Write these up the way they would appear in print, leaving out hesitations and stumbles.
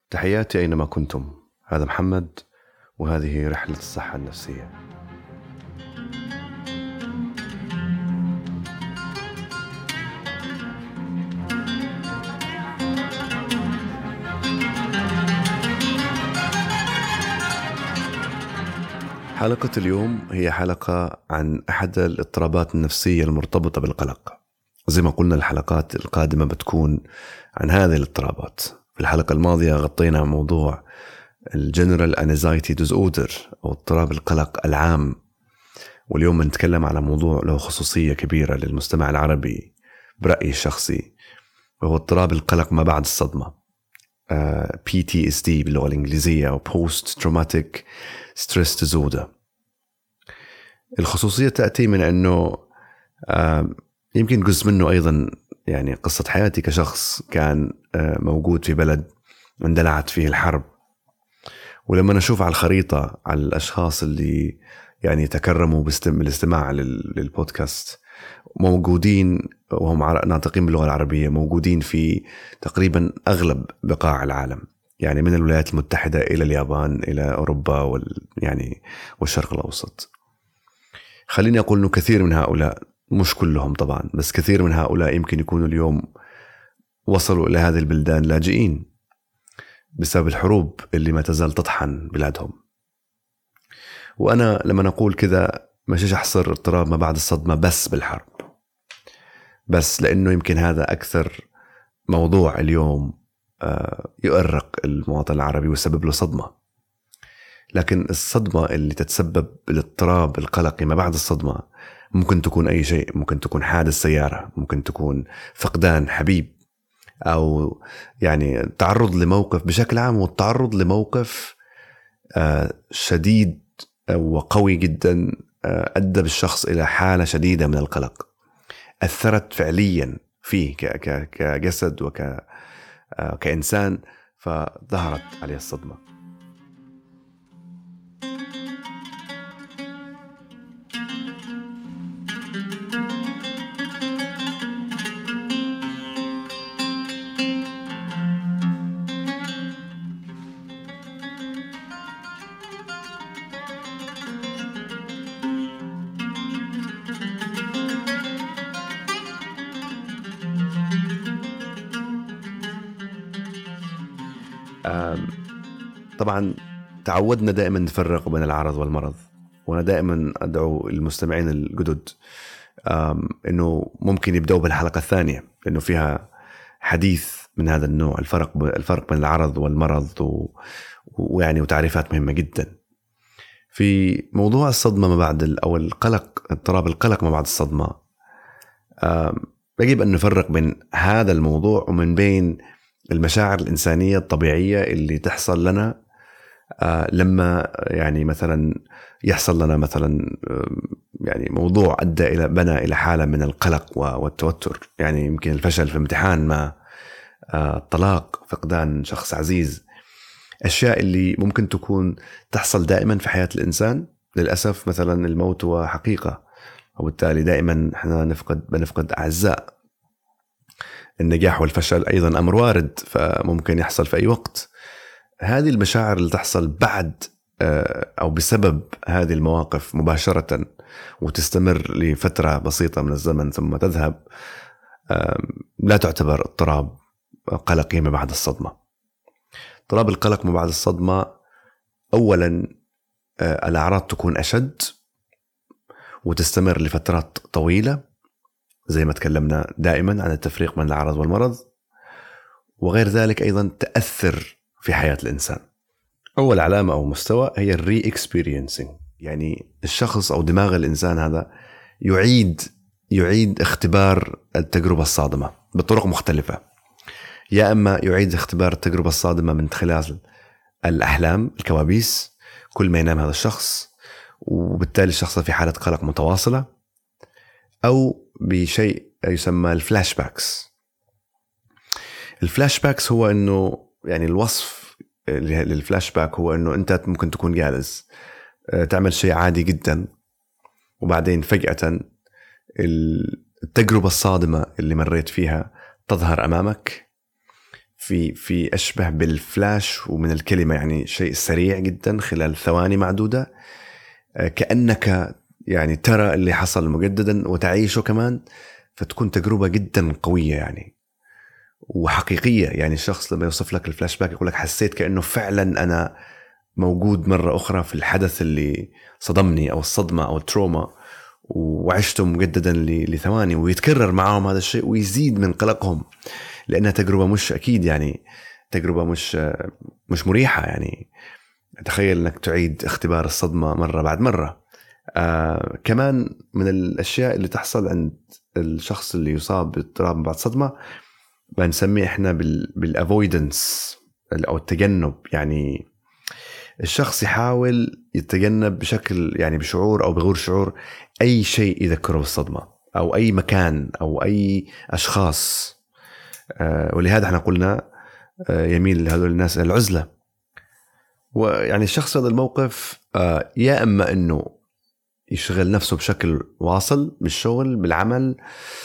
تحياتي أينما كنتم. هذا محمد وهذه رحلة الصحة النفسية. حلقة اليوم هي حلقة عن أحد الاضطرابات النفسية المرتبطة بالقلق. زي ما قلنا الحلقات القادمة بتكون عن هذه الاضطرابات. في الحلقة الماضية غطينا موضوع الجنرال انكزايتي ديزوردر أو اضطراب القلق العام، واليوم بنتكلم على موضوع له خصوصية كبيرة للمجتمع العربي برأيي الشخصي، وهو اضطراب القلق ما بعد الصدمة، PTSD باللغة الإنجليزية أو Post Traumatic Stress Disorder. الخصوصية تأتي من أنه يمكن جزء منه أيضا يعني قصة حياتي كشخص كان موجود في بلد اندلعت فيه الحرب، ولما نشوف على الخريطة على الأشخاص اللي يعني تكرموا بالاستماع للبودكاست موجودين وهم ناطقين باللغة العربية، موجودين في تقريبا أغلب بقاع العالم، يعني من الولايات المتحدة إلى اليابان إلى أوروبا يعني والشرق الأوسط. خليني أقول أنه كثير من هؤلاء، مش كلهم طبعا، بس كثير من هؤلاء يمكن يكونوا اليوم وصلوا إلى هذه البلدان لاجئين بسبب الحروب اللي ما تزال تطحن بلادهم. وأنا لما نقول كذا مش أحصر اضطراب ما بعد الصدمة بس بالحرب، بس لأنه يمكن هذا أكثر موضوع اليوم يؤرق المواطن العربي ويسبب له صدمة. لكن الصدمة اللي تتسبب بالاضطراب القلقي ما بعد الصدمة ممكن تكون أي شيء، ممكن تكون حادث سيارة، ممكن تكون فقدان حبيب، أو يعني تعرض لموقف بشكل عام، والتعرض لموقف شديد وقوي جدا أدى بالشخص إلى حالة شديدة من القلق، أثرت فعليا فيه كجسد وكإنسان، فظهرت عليه الصدمة. طبعا تعودنا دائما نفرق بين العرض والمرض، وانا دائما ادعو المستمعين الجدد انه ممكن يبدأوا بالحلقة الثانية لانه فيها حديث من هذا النوع، الفرق بين العرض والمرض ويعني وتعريفات مهمة جدا. في موضوع الصدمة ما بعد او القلق، اضطراب القلق ما بعد الصدمة، يجب ان نفرق بين هذا الموضوع ومن بين المشاعر الإنسانية الطبيعية اللي تحصل لنا لما يعني مثلا يحصل لنا مثلا يعني موضوع أدى إلى بنى إلى حالة من القلق والتوتر، يعني يمكن الفشل في امتحان ما، الطلاق، فقدان شخص عزيز، أشياء اللي ممكن تكون تحصل دائما في حياة الإنسان. للأسف مثلا الموت هو حقيقة، وبالتالي دائما احنا بنفقد أعزاء. النجاح والفشل أيضا أمر وارد، فممكن يحصل في أي وقت. هذه المشاعر اللي تحصل بعد أو بسبب هذه المواقف مباشرة وتستمر لفترة بسيطة من الزمن ثم تذهب، لا تعتبر اضطراب قلقي ما بعد الصدمة. اضطراب القلق ما بعد الصدمة أولا الأعراض تكون أشد وتستمر لفترات طويلة، زي ما تكلمنا دائما عن التفريق بين العرض والمرض، وغير ذلك أيضا تأثر في حياة الإنسان. أول علامة أو مستوى هي الري اكسبيرينسينج، يعني الشخص أو دماغ الإنسان هذا يعيد اختبار التجربة الصادمة بطرق مختلفة. يا أما يعيد اختبار التجربة الصادمة من خلال الأحلام، الكوابيس، كل ما ينام هذا الشخص وبالتالي الشخص في حالة قلق متواصلة، أو بشيء يسمى الفلاش باكس. الفلاش باكس هو أنه يعني الوصف للفلاش باك هو أنه أنت ممكن تكون جالس تعمل شيء عادي جدا، وبعدين فجأة التجربة الصادمة اللي مريت فيها تظهر أمامك في أشبه بالفلاش، ومن الكلمة يعني شيء سريع جدا خلال ثواني معدودة، كأنك يعني ترى اللي حصل مجددا وتعيشه كمان، فتكون تجربة جدا قوية يعني وحقيقية. يعني الشخص لما يوصف لك الفلاش باك يقول لك حسيت كأنه فعلا أنا موجود مرة أخرى في الحدث اللي صدمني أو الصدمة أو التروما، وعشته مجددا لثواني، ويتكرر معهم هذا الشيء ويزيد من قلقهم، لأنها تجربة مش أكيد يعني تجربة مش مريحة. يعني تخيل أنك تعيد اختبار الصدمة مرة بعد مرة. كمان من الأشياء اللي تحصل عند الشخص اللي يصاب باضطراب بعد صدمة بنسميه إحنا بالافويدنس أو التجنب. يعني الشخص يحاول يتجنب بشكل يعني بشعور أو بغير شعور أي شيء يذكره بالصدمة، أو أي مكان أو أي أشخاص. ولهذا احنا قلنا يميل هذول الناس إلى العزلة. ويعني الشخص هذا الموقف يا إما أنه يشغل نفسه بشكل واصل بالشغل بالعمل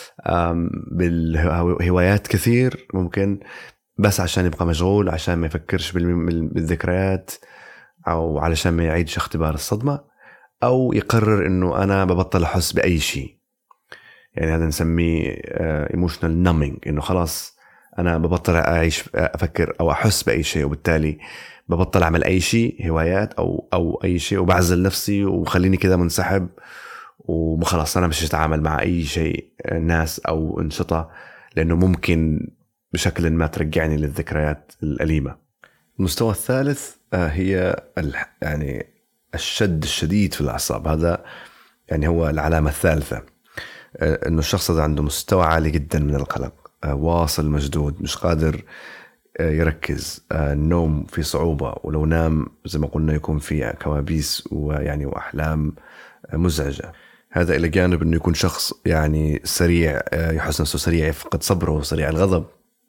بالهوايات كثير ممكن، بس عشان يبقى مشغول، عشان ما يفكرش بالذكريات، أو علشان ما يعيدش اختبار الصدمة، أو يقرر أنه أنا ببطل أحس بأي شيء. يعني هذا نسميه emotional numbing، أنه خلاص أنا ببطل أعيش أفكر أو أحس بأي شيء، وبالتالي ببطل أعمل أي شيء، هوايات أو أي شيء، وبعزل نفسي وخليني كده منسحب، وخلاص أنا مش هتعامل مع أي شيء ناس أو أنشطة، لأنه ممكن بشكل ما ترجعني للذكريات الأليمة. المستوى الثالث هي يعني الشد الشديد في الأعصاب. هذا يعني هو العلامة الثالثة، إنه الشخص هذا عنده مستوى عالي جدا من القلق، واصل مشدود، مش قادر يركز، النوم في صعوبة، ولو نام زي ما قلنا يكون في كوابيس ويعني وأحلام مزعجة. هذا إلى جانب إنه يكون شخص يعني سريع، يحس نفسه سريع، يفقد صبره وسريع الغضب،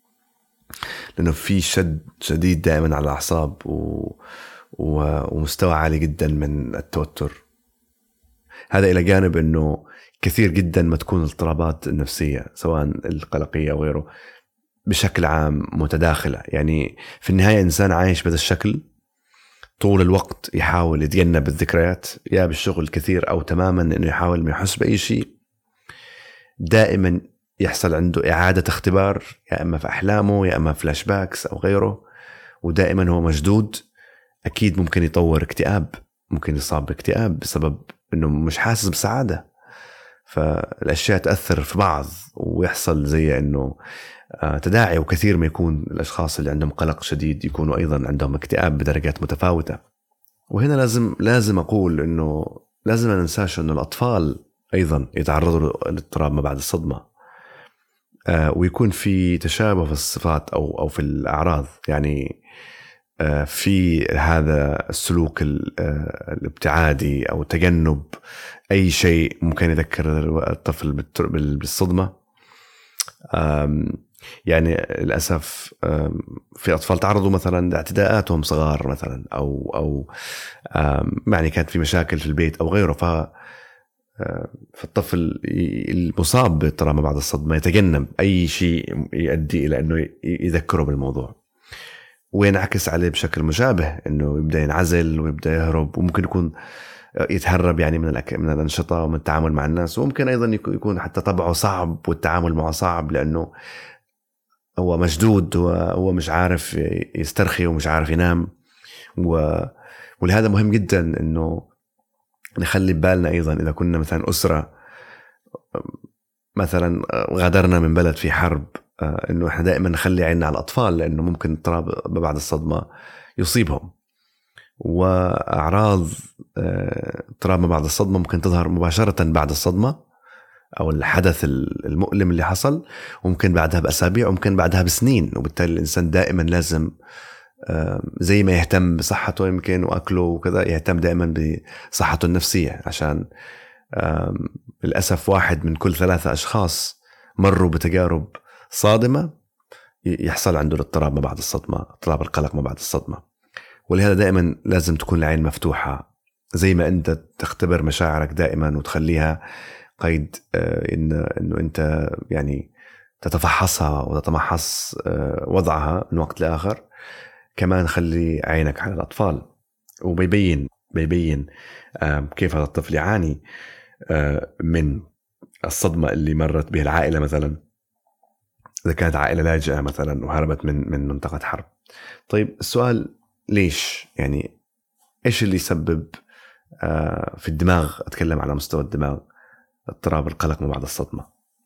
لأنه في شد شديد دائما على الأعصاب ومستوى عالي جدا من التوتر. هذا إلى جانب إنه كثير جدا ما تكون الاضطرابات النفسية سواء القلقية أو غيره بشكل عام متداخلة. يعني في النهاية إنسان عايش بهذا الشكل طول الوقت، يحاول يتجنب الذكريات يا بالشغل كثير أو تماما إنه يحاول ما يحس بأي شيء. دائما يحصل عنده إعادة اختبار، يا إما في أحلامه يا إما فلاش باكس أو غيره، ودائما هو مشدود. أكيد ممكن يطور اكتئاب، ممكن يصاب باكتئاب بسبب إنه مش حاسس بسعادة. فالأشياء تأثر في بعض ويحصل زي إنه تداعي. وكثير ما يكون الأشخاص اللي عندهم قلق شديد يكونوا أيضا عندهم اكتئاب بدرجات متفاوتة. وهنا لازم أقول إنه لازم ما ننساش إنه الأطفال أيضا يتعرضوا للاضطراب ما بعد الصدمة، ويكون في تشابه في الصفات أو في الأعراض. يعني في هذا السلوك الابتعادي أو تجنب أي شيء ممكن يذكر الطفل بالصدمة. يعني للأسف في أطفال تعرضوا مثلا لاعتداءات صغار مثلا، أو يعني كانت في مشاكل في البيت أو غيره، فالطفل المصاب باضطراب ما بعد الصدمة يتجنب أي شيء يؤدي إلى أنه يذكره بالموضوع، وينعكس عليه بشكل مشابه، أنه يبدأ ينعزل ويبدأ يهرب، وممكن يكون يتهرب يعني من الأنشطة ومن التعامل مع الناس. وممكن أيضا يكون حتى طبعه صعب والتعامل معه صعب، لأنه هو مشدود، هو مش عارف يسترخي ومش عارف ينام. ولهذا مهم جدا أنه نخلي بالنا أيضا إذا كنا مثلا أسرة مثلا غادرنا من بلد في حرب، أنه إحنا دائما نخلي عيننا على الأطفال، لأنه ممكن اضطراب بعد الصدمة يصيبهم. وأعراض اضطراب ما بعد الصدمة ممكن تظهر مباشرة بعد الصدمة أو الحدث المؤلم اللي حصل، وممكن بعدها بأسابيع وممكن بعدها بسنين. وبالتالي الإنسان دائما لازم زي ما يهتم بصحته يمكن وأكله وكذا، يهتم دائما بصحته النفسية، عشان للأسف 1 من كل 3 أشخاص مروا بتجارب صادمة يحصل عنده الاضطراب ما بعد الصدمة، اضطراب القلق ما بعد الصدمة. ولهذا دائما لازم تكون العين مفتوحة، زي ما أنت تختبر مشاعرك دائما وتخليها قيد إنه أنت يعني تتفحصها وتتمحص وضعها من وقت لآخر. كمان خلي عينك على الأطفال، وبيبين كيف هذا الطفل يعاني من الصدمة اللي مرت به العائلة، مثلا إذا كانت عائلة لاجئة مثلا وهربت من منطقة حرب. طيب السؤال ليش؟ يعني إيش اللي يسبب في الدماغ، أتكلم على مستوى الدماغ، اضطراب القلق ما بعد الصدمة؟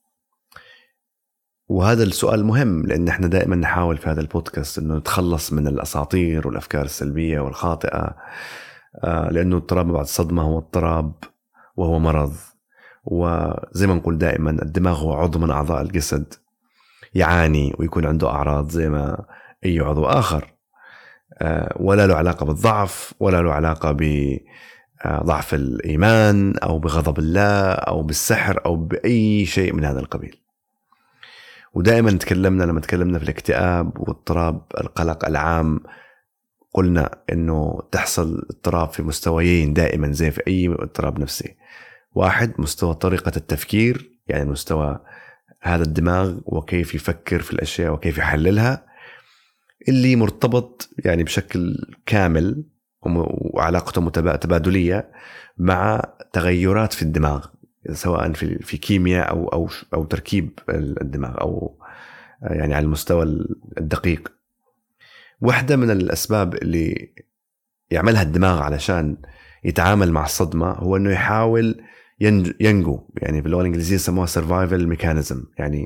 وهذا السؤال مهم، لأن احنا دائما نحاول في هذا البودكاست أنه نتخلص من الأساطير والأفكار السلبية والخاطئة، لأنه اضطراب ما بعد الصدمة هو اضطراب وهو مرض. وزي ما نقول دائما الدماغ هو عضو من أعضاء الجسد، يعاني ويكون عنده أعراض زي ما أي عضو آخر، ولا له علاقة بالضعف، ولا له علاقة بضعف الإيمان أو بغضب الله أو بالسحر أو بأي شيء من هذا القبيل. ودائما لما تكلمنا في الاكتئاب واضطراب القلق العام، قلنا إنه تحصل اضطراب في مستويين دائما زي في أي اضطراب نفسي. واحد، مستوى طريقة التفكير، يعني مستوى هذا الدماغ وكيف يفكر في الأشياء وكيف يحللها، اللي مرتبط يعني بشكل كامل وعلاقته تبادلية مع تغيرات في الدماغ، سواء في كيمياء أو تركيب الدماغ، أو يعني على المستوى الدقيق. واحدة من الأسباب اللي يعملها الدماغ علشان يتعامل مع الصدمة هو أنه يحاول ينجو، يعني باللغة الإنجليزية يسموها survival mechanism،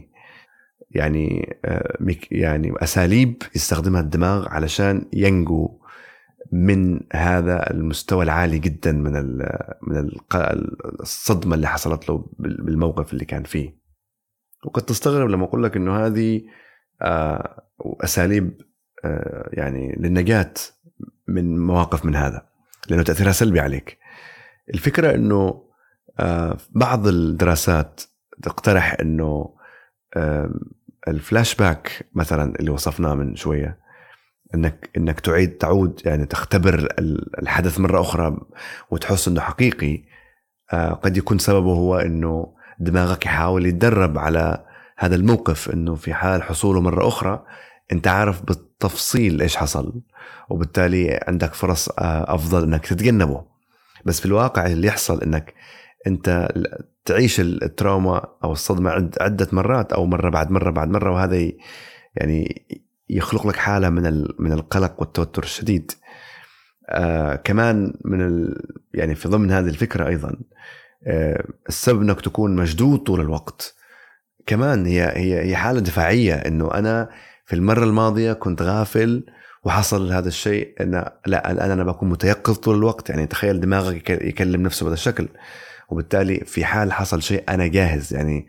يعني أساليب يستخدمها الدماغ علشان ينجو من هذا المستوى العالي جدا من الصدمة اللي حصلت له بالموقف اللي كان فيه. وقد تستغرب لما أقول لك إنه هذه أساليب يعني للنجاة من مواقف من هذا، لأنه تأثيرها سلبي عليك. الفكرة إنه بعض الدراسات تقترح إنه الفلاش باك مثلا اللي وصفناه من شوية، إنك تعود يعني تختبر الحدث مرة أخرى وتحس إنه حقيقي، قد يكون سببه هو إنه دماغك يحاول يتدرب على هذا الموقف، إنه في حال حصوله مرة أخرى أنت عارف بالتفصيل إيش حصل، وبالتالي عندك فرص أفضل إنك تتجنبه. بس في الواقع اللي يحصل إنك أنت تعيش التراوما أو الصدمة عدة مرات، أو مرة بعد مرة، وهذا يعني يخلق لك حالة من القلق والتوتر الشديد. كمان يعني في ضمن هذه الفكرة أيضا السبب أنك تكون مشدود طول الوقت، كمان هي حالة دفاعية، إنه أنا في المرة الماضية كنت غافل وحصل هذا الشيء، لا الآن أنا بكون متيقظ طول الوقت. يعني تخيل دماغك يكلم نفسه بهذا الشكل، وبالتالي في حال حصل شيء أنا جاهز. يعني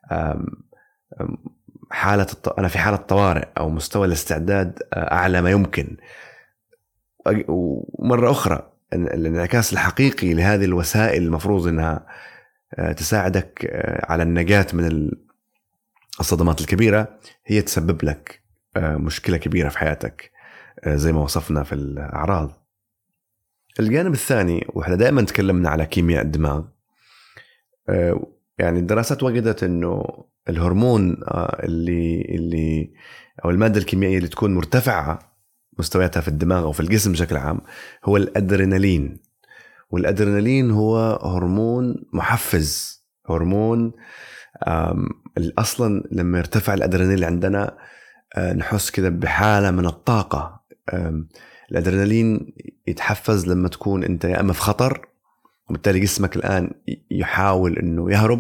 أنا في حالة طوارئ أو مستوى الاستعداد أعلى ما يمكن. ومرة أخرى الانعكاس الحقيقي لهذه الوسائل المفروض أنها تساعدك على النجاة من الصدمات الكبيرة، هي تسبب لك مشكلة كبيرة في حياتك زي ما وصفنا في الأعراض. الجانب الثاني، وإحنا دائما تكلمنا على كيمياء الدماغ، يعني الدراسات وجدت إنه الهرمون اللي أو المادة الكيميائية اللي تكون مرتفعة مستوياتها في الدماغ أو في الجسم بشكل عام هو الأدرينالين. والأدرينالين هو هرمون محفز، هرمون أصلا لما يرتفع الأدرينالين عندنا نحس كده بحالة من الطاقة. الأدرينالين يتحفز لما تكون أنت يا أما في خطر، وبالتالي جسمك الآن يحاول أنه يهرب.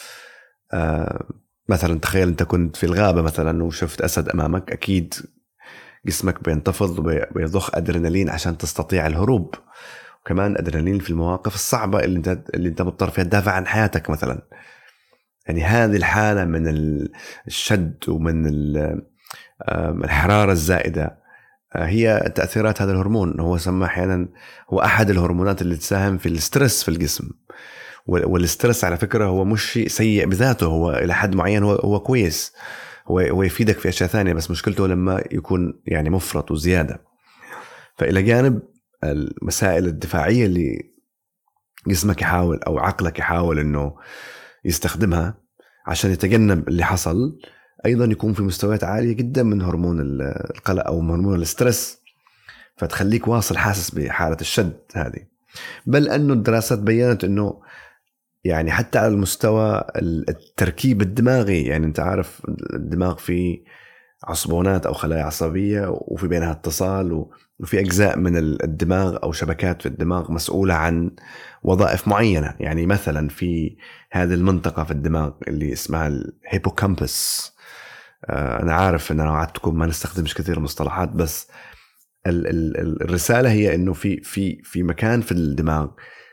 مثلا تخيل أنت كنت في الغابة مثلا وشفت أسد أمامك، أكيد جسمك بينتفض وبيضخ أدرينالين عشان تستطيع الهروب. وكمان أدرينالين في المواقف الصعبة اللي أنت مضطر فيها تدافع عن حياتك مثلا. يعني هذه الحالة من الشد ومن الحرارة الزائدة هي تأثيرات هذا الهرمون. هو سمى أحيانا هو أحد الهرمونات اللي تساهم في الاسترس في الجسم. والاسترس على فكرة هو مش شيء سيء بذاته، هو إلى حد معين هو كويس، هو يفيدك في أشياء ثانية، بس مشكلته لما يكون يعني مفرط وزيادة. فإلى جانب المسائل الدفاعية اللي جسمك يحاول أو عقلك يحاول إنه يستخدمها عشان يتجنب اللي حصل، أيضا يكون في مستويات عالية جدا من هرمون القلق أو هرمون الاسترس، فتخليك واصل حاسس بحالة الشد هذه. بل أنه الدراسات بيّنت أنه يعني حتى على المستوى التركيب الدماغي، يعني أنت عارف الدماغ فيه عصبونات أو خلايا عصبية وفي بينها اتصال، وفي أجزاء من الدماغ أو شبكات في الدماغ مسؤولة عن وظائف معينة. يعني مثلا في هذه المنطقة في الدماغ اللي اسمها الهيبوكامبس، أنا عارف أن أنا وعدتكم ما نستخدمش كثير مصطلحات، بس الرسالة هي أنه في مكان في الدماغ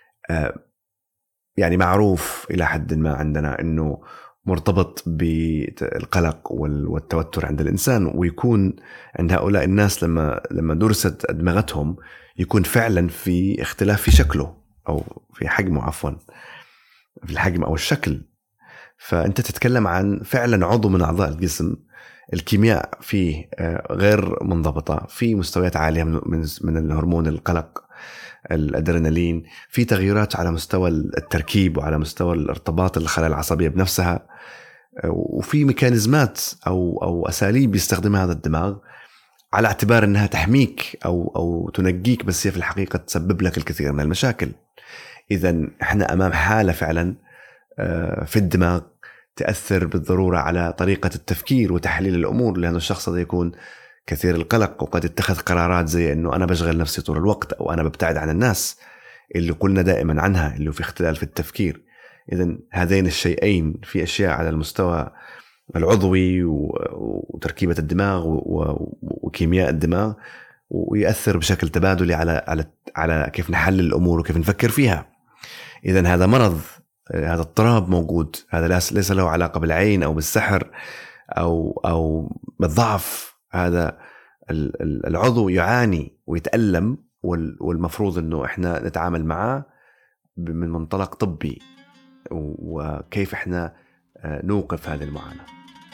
يعني معروف إلى حد ما عندنا أنه مرتبط بالقلق والتوتر عند الإنسان، ويكون عند هؤلاء الناس لما درست أدمغتهم يكون فعلا في اختلاف في شكله أو في حجمه، عفوا في الحجم أو الشكل. فأنت تتكلم عن فعلا عضو من أعضاء الجسم الكيمياء فيه غير منضبطة، في مستويات عالية من الهرمون القلق الأدرينالين، في تغييرات على مستوى التركيب وعلى مستوى الارتباط الخلايا العصبية بنفسها، وفي ميكانيزمات أو أساليب يستخدمها هذا الدماغ على اعتبار أنها تحميك أو تنجيك، بس هي في الحقيقة تسبب لك الكثير من المشاكل. إذن إحنا أمام حالة فعلا في الدماغ تأثر بالضرورة على طريقة التفكير وتحليل الأمور، لأن الشخص هذا يكون كثير القلق وقد اتخذ قرارات زي أنه أنا بشغل نفسي طول الوقت، أو أنا ببتعد عن الناس اللي قلنا دائما عنها اللي في اختلال في التفكير. إذن هذين الشيئين في أشياء على المستوى العضوي وتركيبة الدماغ وكيمياء الدماغ، ويأثر بشكل تبادلي على كيف نحلل الأمور وكيف نفكر فيها. إذن هذا مرض، هذا اضطراب موجود، هذا ليس له علاقة بالعين أو بالسحر أو بالضعف. هذا العضو يعاني ويتألم، والمفروض أنه إحنا نتعامل معه من منطلق طبي، وكيف إحنا نوقف هذه المعاناة.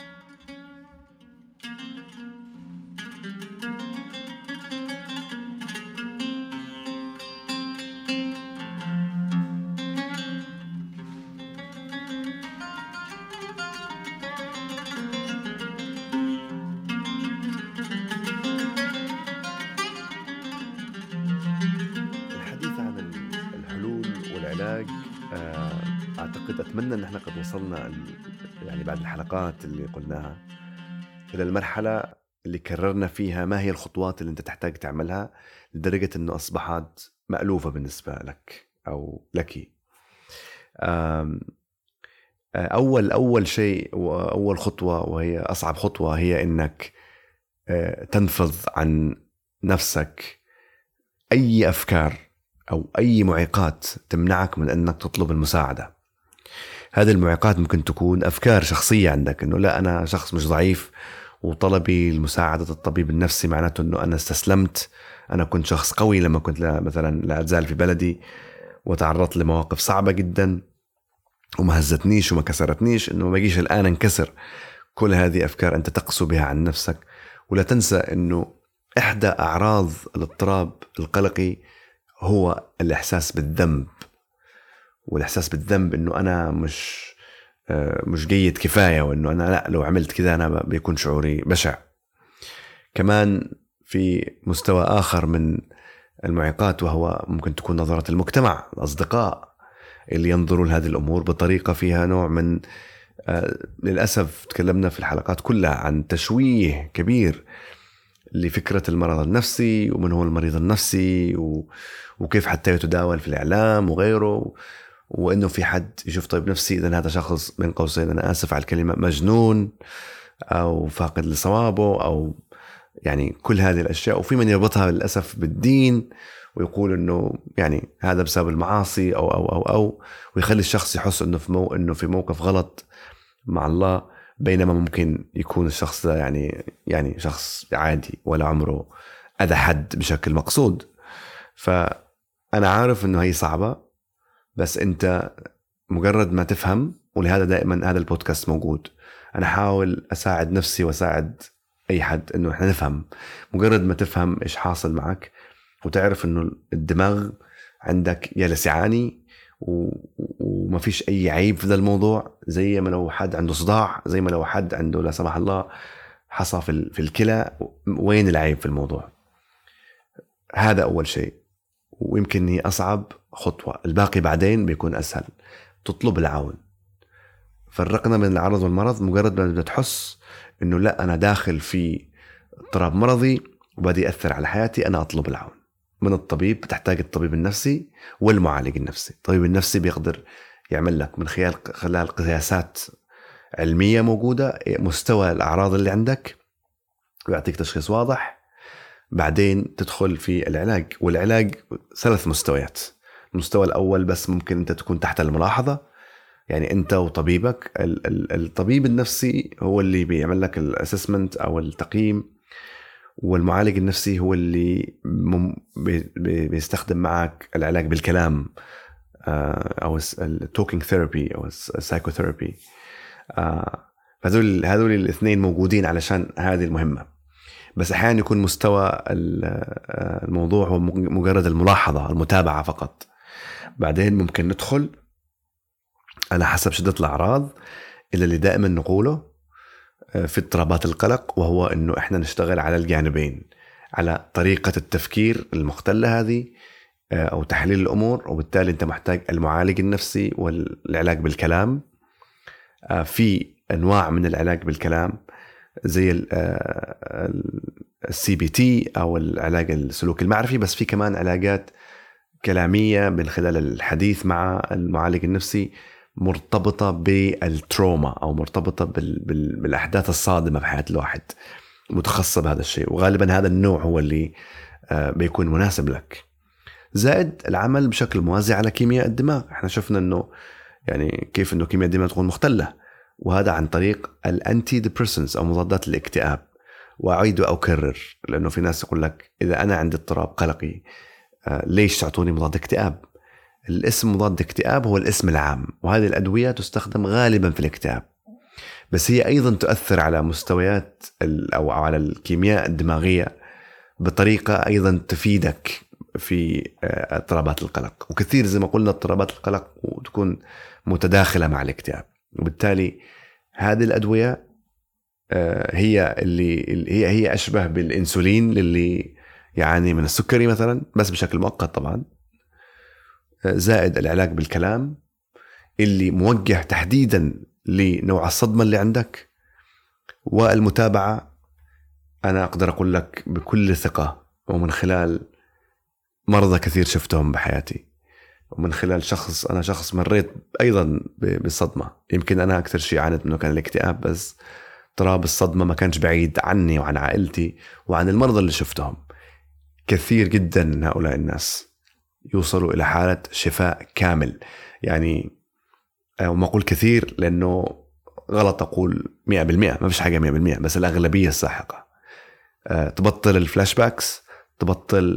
أعتقد أتمنى أن احنا قد وصلنا يعني بعد الحلقات اللي قلناها إلى المرحلة اللي كررنا فيها ما هي الخطوات اللي أنت تحتاج تعملها لدرجة أنه أصبحت مألوفة بالنسبة لك أو لك. أول شيء وأول خطوة وهي أصعب خطوة هي أنك تنفض عن نفسك أي أفكار أو أي معيقات تمنعك من أنك تطلب المساعدة. هذه المعيقات ممكن تكون أفكار شخصية عندك، أنه لا أنا شخص مش ضعيف وطلبي المساعدة الطبيب النفسي معناته أنه أنا استسلمت، أنا كنت شخص قوي لما كنت مثلا لا أزال في بلدي وتعرضت لمواقف صعبة جدا وما هزتنيش وما كسرتنيش، أنه ما بيجيش الآن انكسر. كل هذه أفكار أنت تقسو بها عن نفسك. ولا تنسى أنه إحدى أعراض الاضطراب القلقي هو الإحساس بالذنب، والإحساس بالذنب إنه أنا مش جيد كفاية، وإنه أنا لا لو عملت كذا أنا بيكون شعوري بشع. كمان في مستوى آخر من المعيقات، وهو ممكن تكون نظرة المجتمع، الأصدقاء اللي ينظروا لهذه الأمور بطريقة فيها نوع من للأسف تكلمنا في الحلقات كلها عن تشويه كبير لفكرة المرض النفسي ومن هو المريض النفسي وكيف حتى يتداول في الإعلام وغيره، وإنه في حد يشوف طيب نفسي إذن هذا شخص بين قوسين أنا آسف على الكلمة مجنون أو فاقد لصوابه أو يعني كل هذه الأشياء. وفي من يربطها للأسف بالدين ويقول إنه يعني هذا بسبب المعاصي أو ويخلي الشخص يحس إنه في موقف غلط مع الله، بينما ممكن يكون الشخص ده يعني شخص عادي ولا عمره أذى حد بشكل مقصود. فأنا عارف إنه هي صعبة، بس أنت مجرد ما تفهم، ولهذا دائما هذا البودكاست موجود، أنا حاول أساعد نفسي وأساعد أي حد إنه إحنا نفهم. مجرد ما تفهم إيش حاصل معك وتعرف إنه الدماغ عندك يا لسعاني وما فيش أي عيب في ذا الموضوع، زي ما لو حد عنده صداع، زي ما لو حد عنده لا سمح الله حصى في الكلى. وين العيب في الموضوع؟ هذا أول شيء، ويمكن هي أصعب خطوة. الباقي بعدين بيكون أسهل. تطلب العون. فرقنا من العرض والمرض. مجرد ما تحس إنه لا أنا داخل في اضطراب مرضي وبدي يأثر على حياتي، أنا أطلب العون من الطبيب. بتحتاج الطبيب النفسي والمعالج النفسي. الطبيب النفسي بيقدر يعمل لك من خلال قياسات علمية موجودة مستوى الأعراض اللي عندك ويعطيك تشخيص واضح. بعدين تدخل في العلاج، والعلاج 3 مستويات. المستوى الأول بس ممكن أنت تكون تحت الملاحظة، يعني أنت وطبيبك. الطبيب النفسي هو اللي بيعمل لك الأسسمنت أو التقييم، والمعالج النفسي هو اللي بيستخدم معك العلاج بالكلام أو التوكينج ثيرابي أو السايكوثيرابي. هذول الاثنين موجودين علشان هذه المهمة. بس أحيانا يكون مستوى الموضوع هو مجرد الملاحظة، المتابعة فقط. بعدين ممكن ندخل على حسب شدة الأعراض إلى اللي دائما نقوله في اضطرابات القلق، وهو إنه إحنا نشتغل على الجانبين، على طريقة التفكير المختلة هذه أو تحليل الأمور. وبالتالي أنت محتاج المعالج النفسي والعلاج بالكلام. في أنواع من العلاج بالكلام زي CBT أو العلاج السلوك المعرفي، بس في كمان علاجات كلامية من خلال الحديث مع المعالج النفسي مرتبطة بالتروما أو مرتبطة بالأحداث الصادمة في حياة الواحد، متخصصة بهذا الشيء. وغالبا هذا النوع هو اللي بيكون مناسب لك. زائد العمل بشكل موازي على كيمياء الدماغ. احنا شفنا انه يعني كيف انه كيمياء الدماغ تكون مختلة، وهذا عن طريق الانتي ديبريسنس او مضادات الاكتئاب. واعيد واكرر، لانه في ناس يقول لك اذا انا عندي اضطراب قلقي ليش تعطوني مضاد اكتئاب؟ الاسم مضاد اكتئاب هو الاسم العام، وهذه الادوية تستخدم غالبا في الاكتئاب، بس هي ايضا تؤثر على مستويات او على الكيمياء الدماغية بطريقة ايضا تفيدك في اضطرابات القلق. وكثير زي ما قلنا اضطرابات القلق تكون متداخلة مع الاكتئاب. وبالتالي هذه الأدوية هي اللي هي أشبه بالإنسولين للي يعني من السكري مثلا، بس بشكل مؤقت طبعا. زائد العلاج بالكلام اللي موجه تحديدا لنوع الصدمة اللي عندك، والمتابعة. أنا أقدر أقول لك بكل ثقة ومن خلال مرضى كثير شفتهم بحياتي، ومن خلال أنا شخص مريت أيضا بالصدمة. يمكن أنا أكثر شيء عانيت منه كان الاكتئاب، بس اضطراب الصدمة ما كانش بعيد عني وعن عائلتي وعن المرضى اللي شفتهم. كثير جدا من هؤلاء الناس يوصلوا إلى حالة شفاء كامل. يعني وما أقول كثير لأنه غلط أقول 100%، ما فيش حاجة 100%، بس الأغلبية الساحقة تبطل الفلاش باكس، تبطل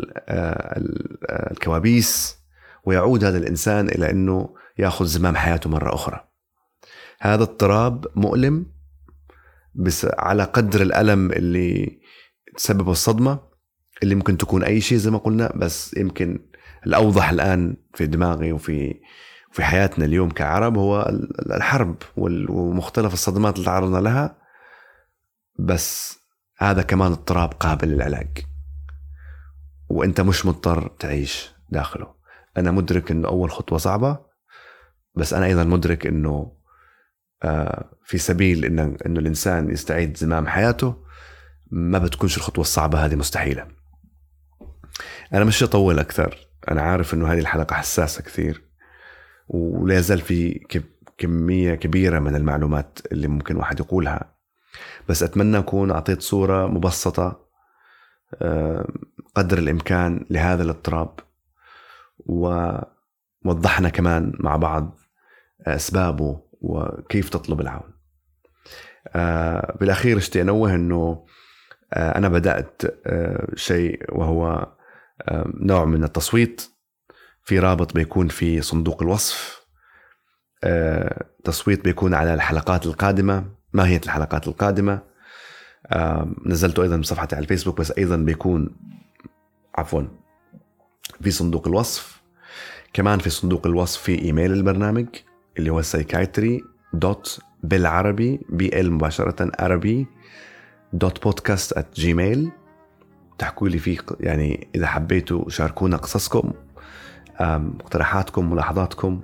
الكوابيس، ويعود هذا الإنسان إلى أنه يأخذ زمام حياته مرة أخرى. هذا اضطراب مؤلم، بس على قدر الألم اللي تسبب الصدمة، اللي ممكن تكون أي شيء زي ما قلنا. بس يمكن الأوضح الآن في دماغي وفي حياتنا اليوم كعرب هو الحرب ومختلف الصدمات اللي تعرضنا لها. بس هذا كمان اضطراب قابل للعلاج، وانت مش مضطر تعيش داخله. انا مدرك انه اول خطوة صعبة، بس انا ايضا مدرك انه في سبيل انه الانسان يستعيد زمام حياته ما بتكونش الخطوة الصعبة هذه مستحيلة. انا مش اطول اكثر، انا عارف انه هذه الحلقة حساسة كثير، ولا يزال في كمية كبيرة من المعلومات اللي ممكن واحد يقولها، بس اتمنى اكون اعطيت صورة مبسطة قدر الإمكان لهذا الاضطراب، ووضحنا كمان مع بعض أسبابه وكيف تطلب العون. بالأخير اشتي أنوه أنه أنا بدأت شيء وهو نوع من التصويت. في رابط بيكون في صندوق الوصف، تصويت بيكون على الحلقات القادمة، ماهية الحلقات القادمة. نزلته أيضا بصفحتي على الفيسبوك، بس أيضا بيكون في صندوق الوصف. كمان في صندوق الوصف في إيميل البرنامج اللي هو psychiatry.بالعربي BL مباشرة عربي .podcast@gmail. تحكوا لي فيه يعني إذا حبيتوا شاركونا قصصكم، اقتراحاتكم، ملاحظاتكم،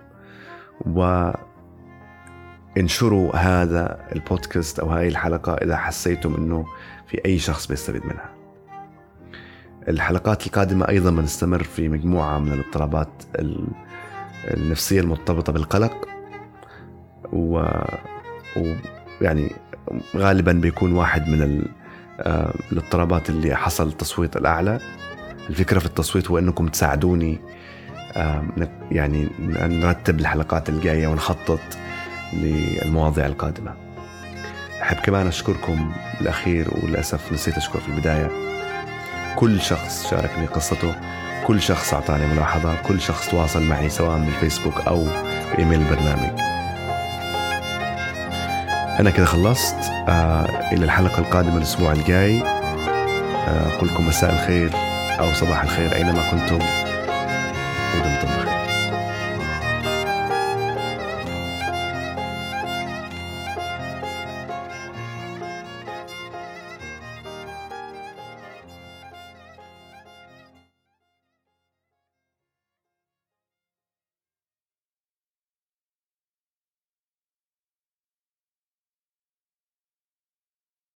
وانشروا هذا البودكاست أو هاي الحلقة إذا حسيتم إنه في أي شخص بيستفيد منها. الحلقات القادمة أيضا بنستمر في مجموعة من الاضطرابات النفسية المرتبطة بالقلق، ويعني غالبا بيكون واحد من الاضطرابات اللي حصل تصويت الأعلى. الفكرة في التصويت هو أنكم تساعدوني يعني نرتب الحلقات الجاية ونخطط للمواضيع القادمة. أحب كمان أشكركم بالأخير، وللأسف نسيت أشكر في البداية كل شخص شاركني قصته، كل شخص أعطاني ملاحظة، كل شخص تواصل معي سواء بالفيسبوك أو بإيميل البرنامج. أنا كده خلصت. إلى الحلقة القادمة الأسبوع الجاي. أقول لكم مساء الخير أو صباح الخير أينما كنتم، ودمتم بخير.